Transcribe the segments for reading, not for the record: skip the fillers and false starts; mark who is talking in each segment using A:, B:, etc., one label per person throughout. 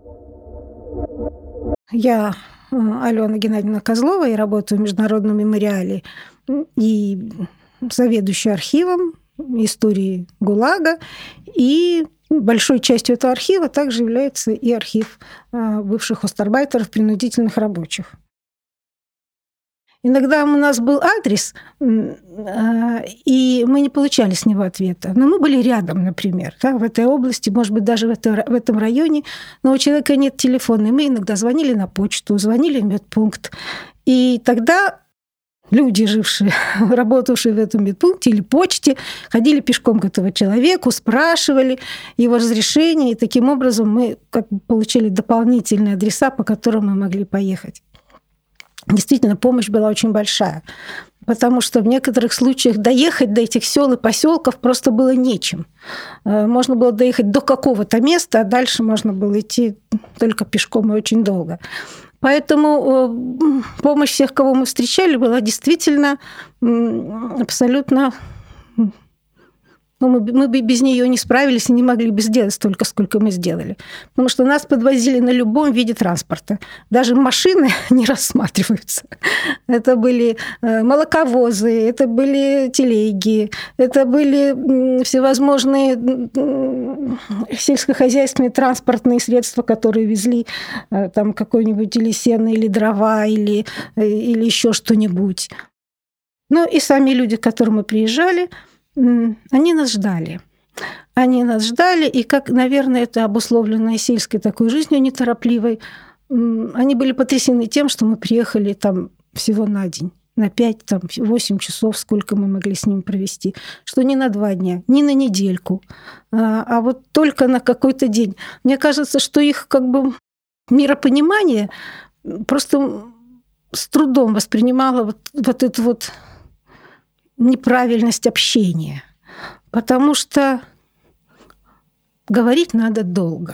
A: Я, Алена Геннадьевна Козлова, я работаю в Международном мемориале и заведующая архивом истории ГУЛАГа. И большой частью этого архива также является и архив бывших остарбайтеров, принудительных рабочих. Иногда у нас был адрес, и мы не получали с него ответа. Но мы были рядом, например, да, в этой области, может быть, даже в этом районе, но у человека нет телефона. И мы иногда звонили на почту, звонили в медпункт. И тогда люди, жившие, работавшие в этом медпункте или почте, ходили пешком к этому человеку, спрашивали его разрешение, и таким образом мы как бы получили дополнительные адреса, по которым мы могли поехать. Действительно, помощь была очень большая, потому что в некоторых случаях доехать до этих сел и поселков просто было нечем. Можно было доехать до какого-то места, а дальше можно было идти только пешком и очень долго. Поэтому помощь всех, кого мы встречали, была действительно абсолютно... мы бы без нее не справились и не могли бы сделать столько, сколько мы сделали. Потому что нас подвозили на любом виде транспорта. Даже машины не рассматриваются. Это были молоковозы, это были телеги, это были всевозможные сельскохозяйственные транспортные средства, которые везли там какой-нибудь или сено, или дрова, или еще что-нибудь. Ну и сами люди, к которым мы приезжали, они нас ждали. Они нас ждали, и как, наверное, это обусловлено сельской такой жизнью неторопливой, они были потрясены тем, что мы приехали там всего на день, на 5-8 часов, сколько мы могли с ними провести, что не на 2 дня, не на недельку, а вот только на какой-то день. Мне кажется, что их как бы миропонимание просто с трудом воспринимало вот эту вот неправильность общения, потому что говорить надо долго.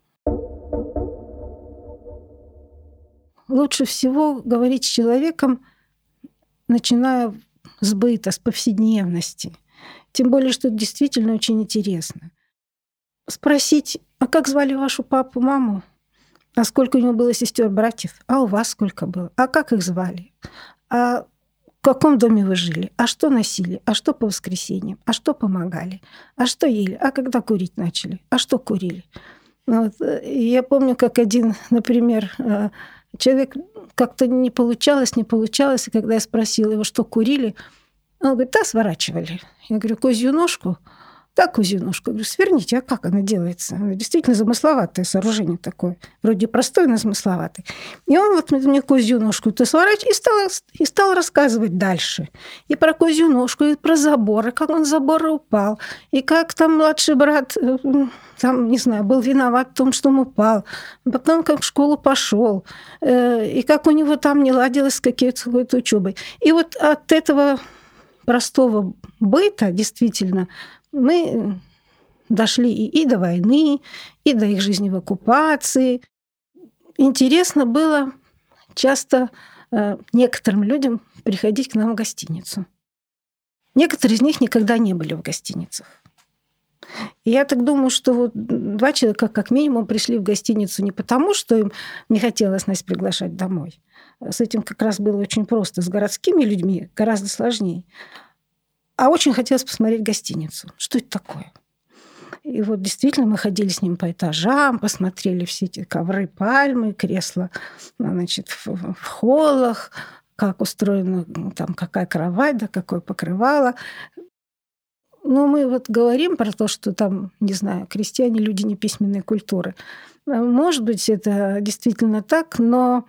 A: Лучше всего говорить с человеком, начиная с быта, с повседневности. Тем более, что это действительно очень интересно. Спросить, а как звали вашу папу, маму? А сколько у него было сестер, братьев? А у вас сколько было? А как их звали? А в каком доме вы жили? А что носили? А что по воскресеньям? А что помогали? А что ели? А когда курить начали? А что курили? Вот. Я помню, как один, например, человек как-то не получалось, и когда я спросила его, что курили, он говорит, да, сворачивали. Я говорю, козью ножку? Да, козью ножку. Я говорю, сверните, а как она делается? Она действительно замысловатое сооружение такое. Вроде простое, но замысловатое. И он вот мне козью ножку-то сворачивает и стал рассказывать дальше. И про козью ножку, и про забор, и как он с забора упал, и как там младший брат, там, не знаю, был виноват в том, что он упал. Потом как в школу пошел, и как у него там не ладилось с какой-то учебой. И вот от этого простого быта действительно мы дошли и до войны, и до их жизни в оккупации. Интересно было часто некоторым людям приходить к нам в гостиницу. Некоторые из них никогда не были в гостиницах. И я так думаю, что вот 2 человека как минимум пришли в гостиницу не потому, что им не хотелось нас приглашать домой. С этим как раз было очень просто. С городскими людьми гораздо сложнее. А очень хотелось посмотреть гостиницу. Что это такое? И вот действительно мы ходили с ним по этажам, посмотрели все эти ковры, пальмы, кресла, значит, в холлах, как устроена там какая кровать, да какое покрывало. Но мы вот говорим про то, что там, не знаю, крестьяне, люди неписьменной культуры. Может быть, это действительно так, но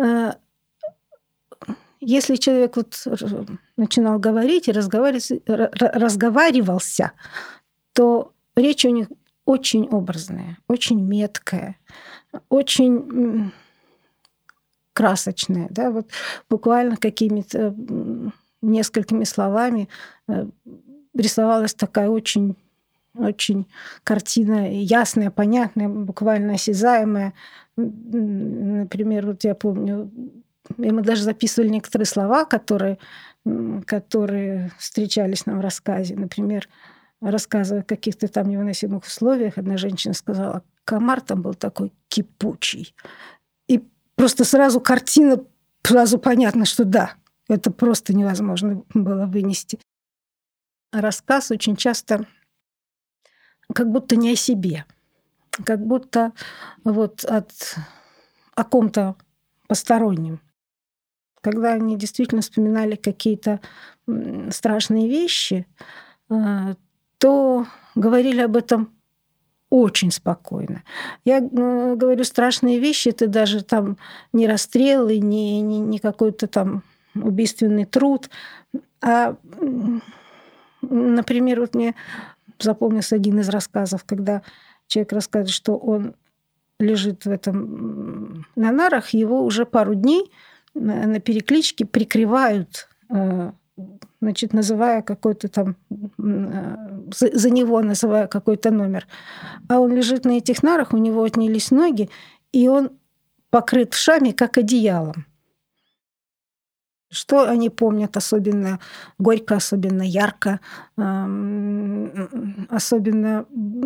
A: если человек вот начинал говорить и разговаривался, то речь у них очень образная, очень меткая, очень красочная. Да? Вот буквально какими-то несколькими словами рисовалась такая очень картина ясная, понятная, буквально осязаемая. Например, вот я помню, и мы даже записывали некоторые слова, которые встречались нам в рассказе. Например, рассказывая о каких-то там невыносимых условиях, одна женщина сказала, комар там был такой кипучий. И просто сразу картина, сразу понятно, что да, это просто невозможно было вынести. Рассказ очень часто как будто не о себе, как будто вот о ком-то постороннем. Когда они действительно вспоминали какие-то страшные вещи, то говорили об этом очень спокойно. Я говорю страшные вещи, это даже там не расстрелы, не какой-то там убийственный труд, а, например, вот мне запомнился один из рассказов, когда человек рассказывает, что он лежит в этом на нарах, его уже пару дней на перекличке прикрывают, значит, называя какой-то там, за него называя какой-то номер. А он лежит на этих нарах, у него отнялись ноги, и он покрыт вшами, как одеялом. Что они помнят особенно горько, особенно ярко, особенно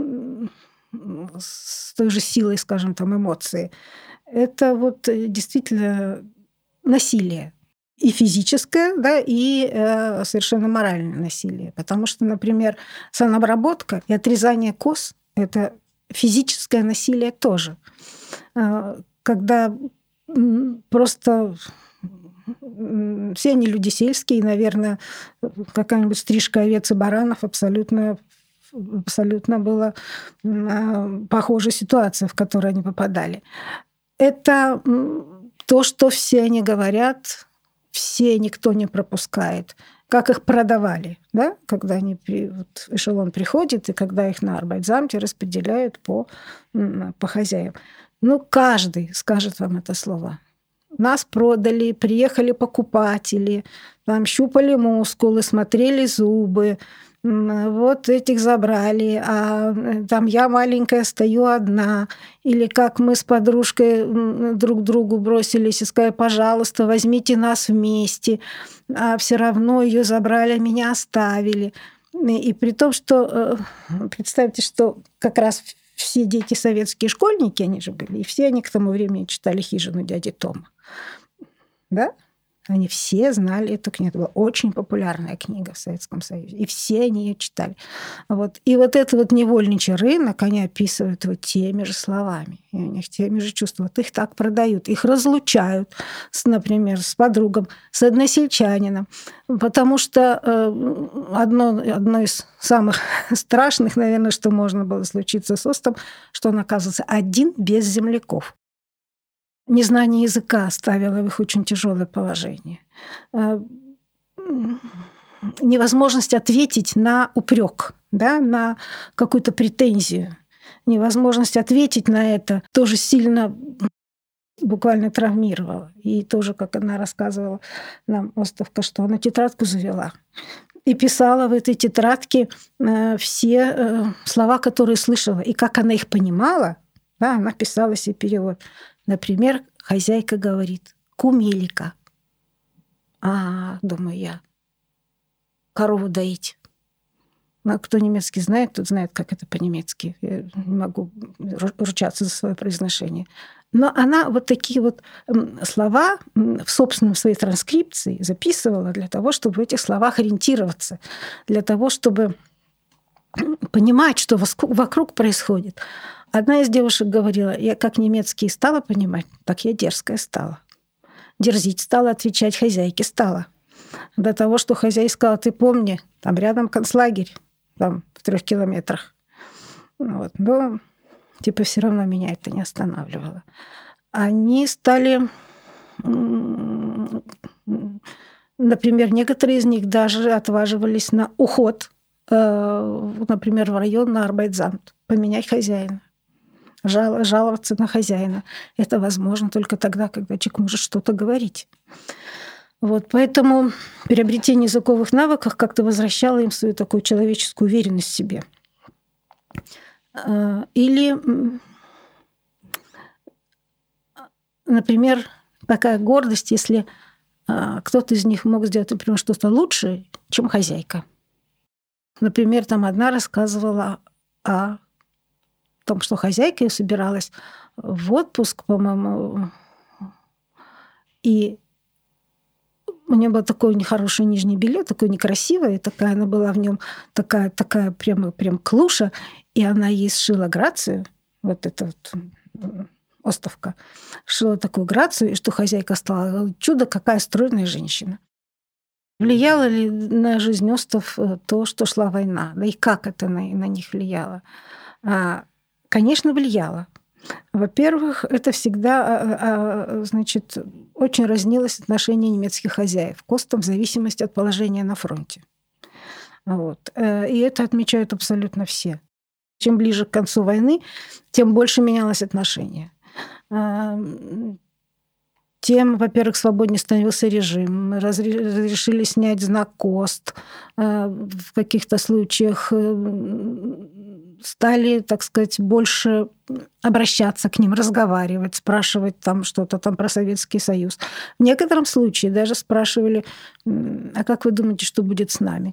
A: с той же силой, скажем, там, эмоции. Это вот действительно насилие. И физическое, да, и совершенно моральное насилие. Потому что, например, санобработка и отрезание кос – это физическое насилие тоже. Когда просто все они люди сельские, и, наверное, какая-нибудь стрижка овец и баранов абсолютно была похожая ситуация, в которую они попадали. Это то, что все они говорят, все, никто не пропускает. Как их продавали, да? Когда вот эшелон приходит, и когда их на Арбайтзамте распределяют по хозяям. Ну, каждый скажет вам это слово. Нас продали, приехали покупатели, там щупали мускулы, смотрели зубы, вот этих забрали, а там я маленькая стою одна. Или как мы с подружкой друг другу бросились и сказали, пожалуйста, возьмите нас вместе. А все равно ее забрали, меня оставили. И при том, что, представьте, что как раз все дети советские школьники, они же были, и все они к тому времени читали «Хижину дяди Тома». Да? Они все знали эту книгу. Это была очень популярная книга в Советском Союзе. И все они ее читали. Вот. И вот этот вот невольничий рынок они описывают вот теми же словами. И у них теми же чувствами. Вот их так продают. Их разлучают, например, с подругом, с односельчанином. Потому что одно из самых страшных, наверное, что можно было случиться с Остом, что он оказывался один без земляков. Незнание языка ставило их в очень тяжелое положение. Невозможность ответить на упрек, да, на какую-то претензию. Невозможность ответить на это тоже сильно буквально травмировала. И тоже, как она рассказывала нам, Остовка, что она тетрадку завела. И писала в этой тетрадке все слова, которые слышала. И как она их понимала, да, она писала себе перевод. Например, хозяйка говорит «кумелика». Думаю я, корову доить. Но кто немецкий знает, тот знает, как это по-немецки. Я не могу ручаться за свое произношение. Но она вот такие вот слова в собственном своей транскрипции записывала для того, чтобы в этих словах ориентироваться, для того, чтобы понимать, что вокруг происходит. Одна из девушек говорила, я как немецкий стала понимать, так я дерзкая стала. Дерзить стала, отвечать хозяйке стала. До того, что хозяйка сказала, ты помни, там рядом концлагерь, там в 3 километрах. Вот. Но типа все равно меня это не останавливало. Они стали, например, некоторые из них даже отваживались на уход, например, в район на Арбайтзамт, поменять хозяина. Жаловаться на хозяина. Это возможно только тогда, когда человек может что-то говорить. Вот, поэтому приобретение языковых навыков как-то возвращало им свою такую человеческую уверенность в себе. Или, например, такая гордость, если кто-то из них мог сделать, например, что-то лучше, чем хозяйка. Например, там одна рассказывала о том, что хозяйка её собиралась в отпуск, по-моему, и у неё было такое нехорошее нижнее белье, такое некрасивое, и такая она была в нём, такая прям клуша, и она ей сшила грацию, вот эта вот остовка, сшила такую грацию, и что хозяйка стала: чудо, какая стройная женщина. Влияло ли на жизнь остов то, что шла война? Да и как это на них влияло? Конечно, влияло. Во-первых, это всегда, значит, очень разнилось отношение немецких хозяев к остам в зависимости от положения на фронте. Вот. И это отмечают абсолютно все. Чем ближе к концу войны, тем больше менялось отношение. Тем, во-первых, свободнее становился режим. Разрешили снять знак КОСТ. В каких-то случаях стали, так сказать, больше обращаться к ним, разговаривать, спрашивать там что-то там про Советский Союз. В некотором случае даже спрашивали: а как вы думаете, что будет с нами?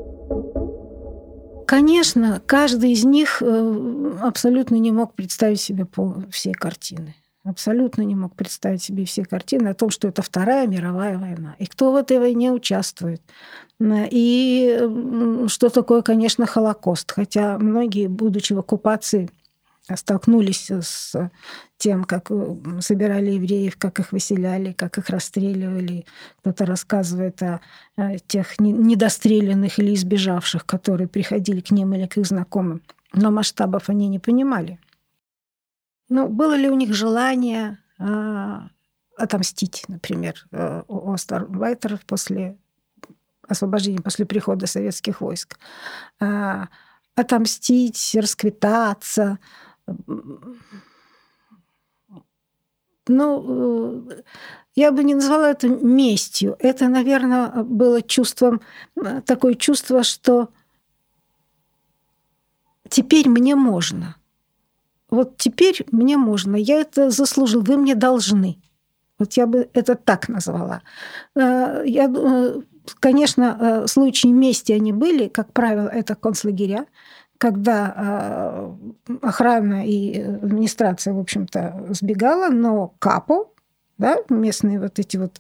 A: Конечно, каждый из них абсолютно не мог представить себе всей картины. Абсолютно не мог представить себе все картины о том, что это Вторая мировая война. И кто в этой войне участвует. И что такое, конечно, Холокост. Хотя многие, будучи в оккупации, столкнулись с тем, как собирали евреев, как их выселяли, как их расстреливали. Кто-то рассказывает о тех недостреленных или избежавших, которые приходили к ним или к их знакомым. Но масштабов они не понимали. Ну, было ли у них желание отомстить, например, у остарбайтеров после освобождения, после прихода советских войск? Отомстить, расквитаться. Ну, я бы не назвала это местью. Это, наверное, было чувством, такое чувство, что теперь мне можно. Вот теперь мне можно, я это заслужил, вы мне должны. Вот я бы это так назвала. Конечно, случаи мести они были, как правило, это концлагеря, когда охрана и администрация, в общем-то, сбегала, но капо, да, местные вот эти вот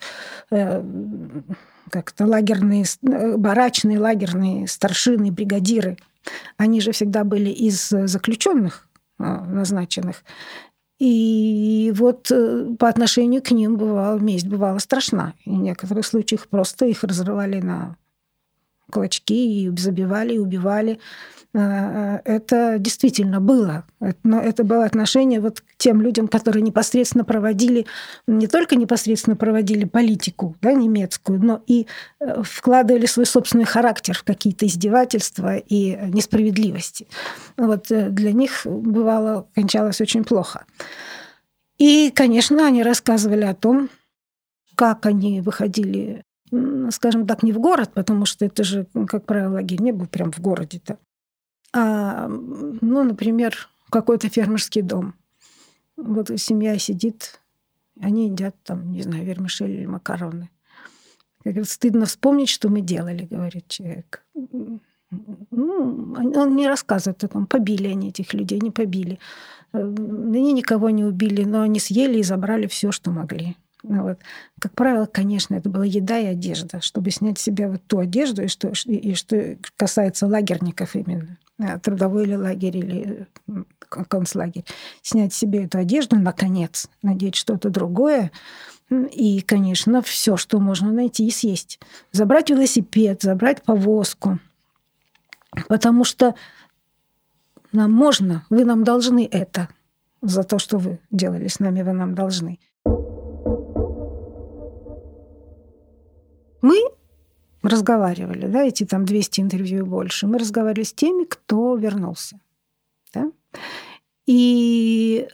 A: как-то лагерные, барачные лагерные старшины, бригадиры, они же всегда были из заключенных назначенных. И вот по отношению к ним месть бывала страшна. И в некоторых случаях просто их разрывали на клочки и забивали, и убивали. Это действительно было. Но это было отношение вот к тем людям, которые непосредственно проводили, не только непосредственно проводили политику, да, немецкую, но и вкладывали свой собственный характер в какие-то издевательства и несправедливости. Вот для них бывало кончалось очень плохо. И, конечно, они рассказывали о том, как они выходили, скажем так, не в город, потому что это же, как правило, лагерь не был прям в городе-то, ну, например, какой-то фермерский дом. Вот семья сидит, они едят там, не знаю, вермишель или макароны. Говорит, стыдно вспомнить, что мы делали, говорит человек. Ну, он не рассказывает о том, побили они этих людей, не побили. Они никого не убили, но они съели и забрали все, что могли. Вот. Как правило, конечно, это была еда и одежда, чтобы снять с себя вот ту одежду, и что касается лагерников именно, трудовой или лагерь, или концлагерь, снять себе эту одежду, наконец, надеть что-то другое, и, конечно, все, что можно найти и съесть. Забрать велосипед, забрать повозку, потому что нам можно, вы нам должны это. За то, что вы делали с нами, вы нам должны. Мы разговаривали, да, эти там 200 интервью и больше, мы разговаривали с теми, кто вернулся. Да? И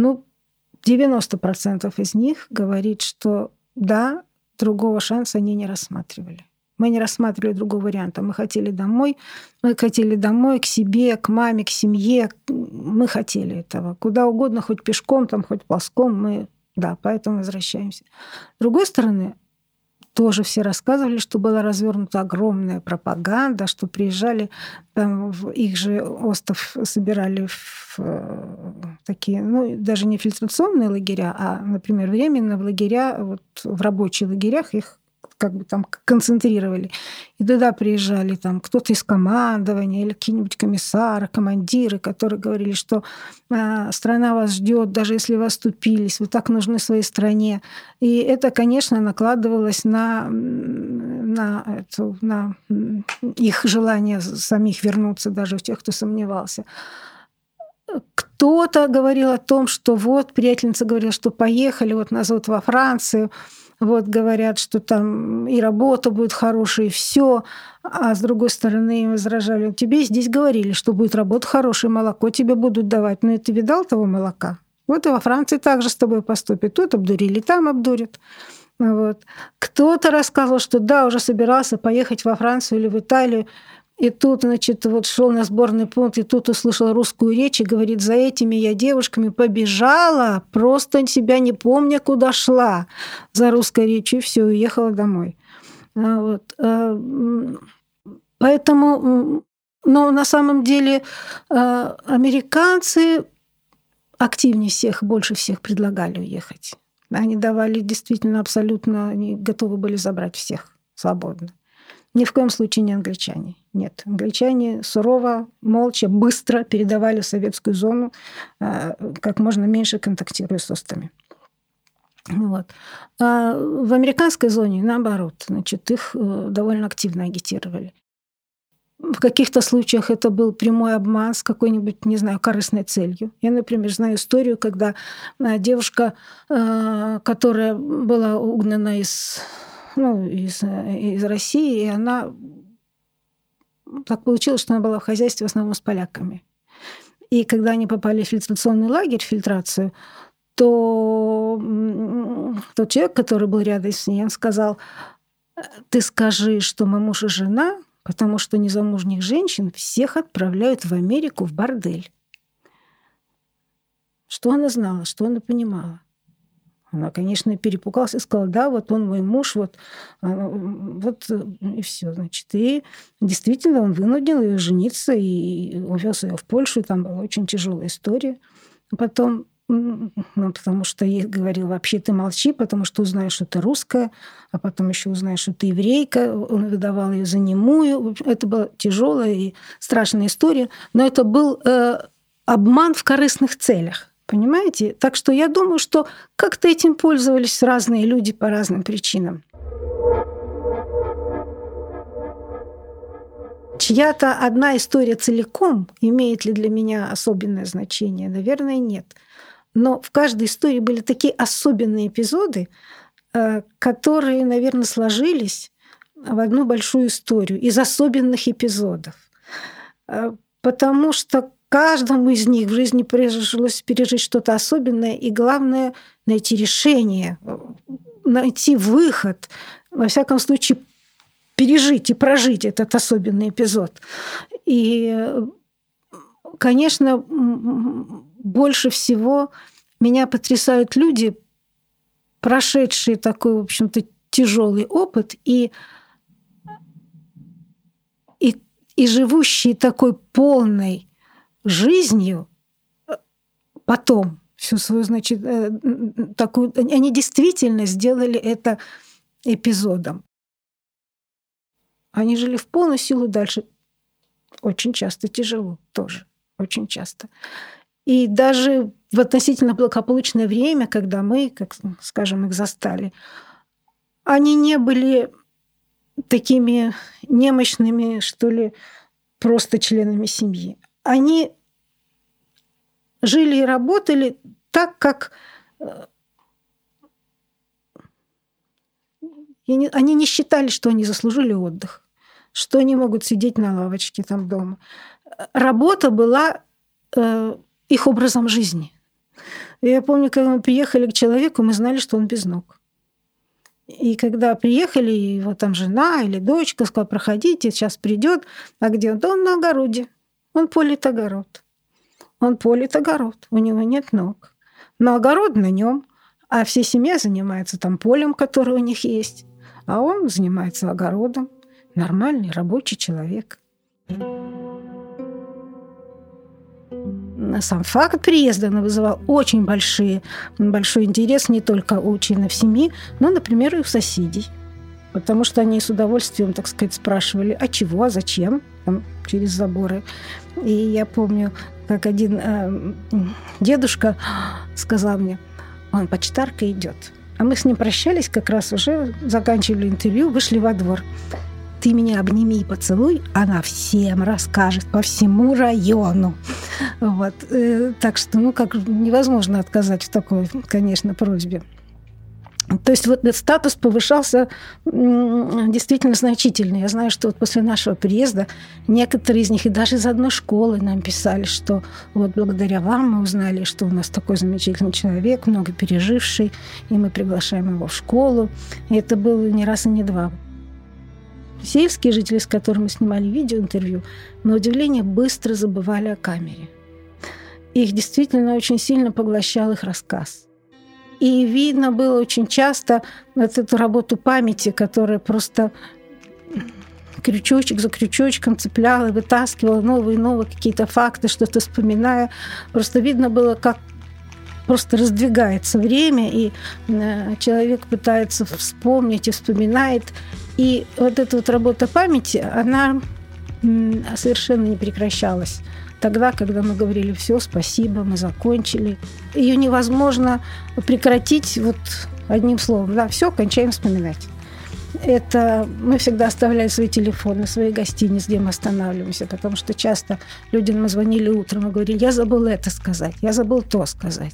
A: 90% из них говорит, что да, другого шанса они не рассматривали. Мы не рассматривали другого варианта. Мы хотели домой к себе, к маме, к семье. Мы хотели этого. Куда угодно, хоть пешком, там, хоть ползком, мы, да, поэтому возвращаемся. С другой стороны, тоже все рассказывали, что была развернута огромная пропаганда, что приезжали там в их же остров, собирали в такие, ну, даже не фильтрационные лагеря, а, например, временно в лагеря, вот в рабочих лагерях их как бы там концентрировали. И туда приезжали там кто-то из командования или какие-нибудь комиссары, командиры, которые говорили, что страна вас ждет, даже если вы оступились, вы так нужны своей стране. И это, конечно, накладывалось на их желание самих вернуться, даже у тех, кто сомневался. Кто-то говорил о том, что вот, приятельница говорила, что поехали, вот нас зовут во Францию, вот говорят, что там и работа будет хорошая, и все. А с другой стороны им возражали, тебе здесь говорили, что будет работа хорошая, молоко тебе будут давать. Но ты видал того молока? Вот и во Франции также с тобой поступят. Тут обдурили, там обдурят. Вот. Кто-то рассказывал, что да, уже собирался поехать во Францию или в Италию, и тут, значит, вот шел на сборный пункт, и тут услышал русскую речь, и говорит, за этими я девушками побежала, просто себя не помня, куда шла за русской речью, и все, уехала домой. Вот. Поэтому, но на самом деле американцы активнее всех, больше всех предлагали уехать. Они давали действительно абсолютно, они готовы были забрать всех свободно. Ни в коем случае не англичане. Нет, англичане сурово, молча, быстро передавали в советскую зону, как можно меньше контактируя с остами. Вот. А в американской зоне, наоборот, значит, их довольно активно агитировали. В каких-то случаях это был прямой обман с какой-нибудь, не знаю, корыстной целью. Я, например, знаю историю, когда девушка, которая была угнана из России, и она... Так получилось, что она была в хозяйстве в основном с поляками. И когда они попали в фильтрационный лагерь, фильтрацию, то тот человек, который был рядом с ней, он сказал, ты скажи, что мы муж и жена, потому что незамужних женщин всех отправляют в Америку в бордель. Что она знала, что она понимала? Она, конечно, перепугалась и сказала, да, вот он мой муж, вот и все, значит. И действительно он вынудил ее жениться и увез ее в Польшу, и там была очень тяжелая история. Потом, потому что ей говорил, вообще ты молчи, потому что узнаешь, что ты русская, а потом еще узнаешь, что ты еврейка. Он выдавал ее за немую. Это была тяжелая и страшная история, но это был обман в корыстных целях. Понимаете? Так что я думаю, что как-то этим пользовались разные люди по разным причинам. Чья-то одна история целиком имеет ли для меня особенное значение? Наверное, нет. Но в каждой истории были такие особенные эпизоды, которые, наверное, сложились в одну большую историю из особенных эпизодов. Потому что каждому из них в жизни пришлось пережить что-то особенное, и главное — найти решение, найти выход, во всяком случае, пережить и прожить этот особенный эпизод. И, конечно, больше всего меня потрясают люди, прошедшие такой, в общем-то, тяжелый опыт и живущие такой полной жизнью потом всю свою, значит, такую... Они действительно сделали это эпизодом. Они жили в полную силу дальше. Очень часто тяжело тоже. Очень часто. И даже в относительно благополучное время, когда мы, как скажем, их застали, они не были такими немощными, что ли, просто членами семьи. Они жили и работали так, как... Они не считали, что они заслужили отдых, что они могут сидеть на лавочке там дома. Работа была их образом жизни. Я помню, когда мы приехали к человеку, мы знали, что он без ног. И когда приехали, его там жена или дочка сказала, проходите, сейчас придет. А где он? Да он на огороде. Он полит огород. Он полит огород. У него нет ног. Но огород на нем, а вся семья занимается там полем, которое у них есть. А он занимается огородом. Нормальный рабочий человек. Сам факт приезда вызывал очень большой интерес не только у членов семьи, но, например, и у соседей. Потому что они с удовольствием, так сказать, спрашивали, а чего, а зачем, там, через заборы. И я помню, как один дедушка сказал мне, он почтарка идет. А мы с ним прощались, как раз уже заканчивали интервью, вышли во двор. Ты меня обними и поцелуй, она всем расскажет по всему району. Вот. Так что, невозможно отказать в такой, конечно, просьбе. То есть вот этот статус повышался действительно значительно. Я знаю, что вот после нашего приезда некоторые из них и даже из одной школы нам писали, что вот благодаря вам мы узнали, что у нас такой замечательный человек, много переживший, и мы приглашаем его в школу. И это было не раз и не два. Сельские жители, с которыми мы снимали видеоинтервью, на удивление быстро забывали о камере. Их действительно очень сильно поглощал их рассказ. И видно было очень часто вот эту работу памяти, которая просто крючочек за крючочком цепляла, вытаскивала новые и новые какие-то факты, что-то вспоминая. Просто видно было, как просто раздвигается время, и человек пытается вспомнить и вспоминает. И вот эта вот работа памяти, она совершенно не прекращалась. Тогда, когда мы говорили, все, спасибо, мы закончили. Ее невозможно прекратить вот одним словом. Да, все, кончаем вспоминать. Это мы всегда оставляли свои телефоны, свои гостиницы, где мы останавливаемся, потому что часто людям мы звонили утром и говорили, я забыл это сказать, я забыл то сказать.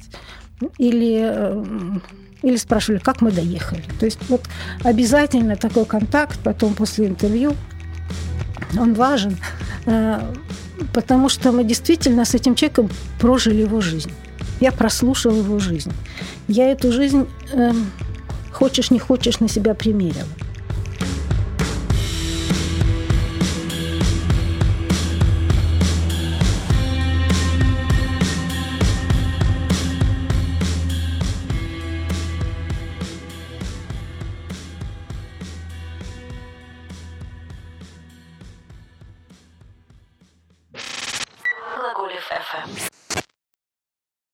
A: Или спрашивали, как мы доехали. То есть вот обязательно такой контакт потом после интервью, он важен, потому что мы действительно с этим человеком прожили его жизнь. Я прослушала его жизнь. Я эту жизнь, хочешь не хочешь, на себя примерила.
B: Глаголев FM.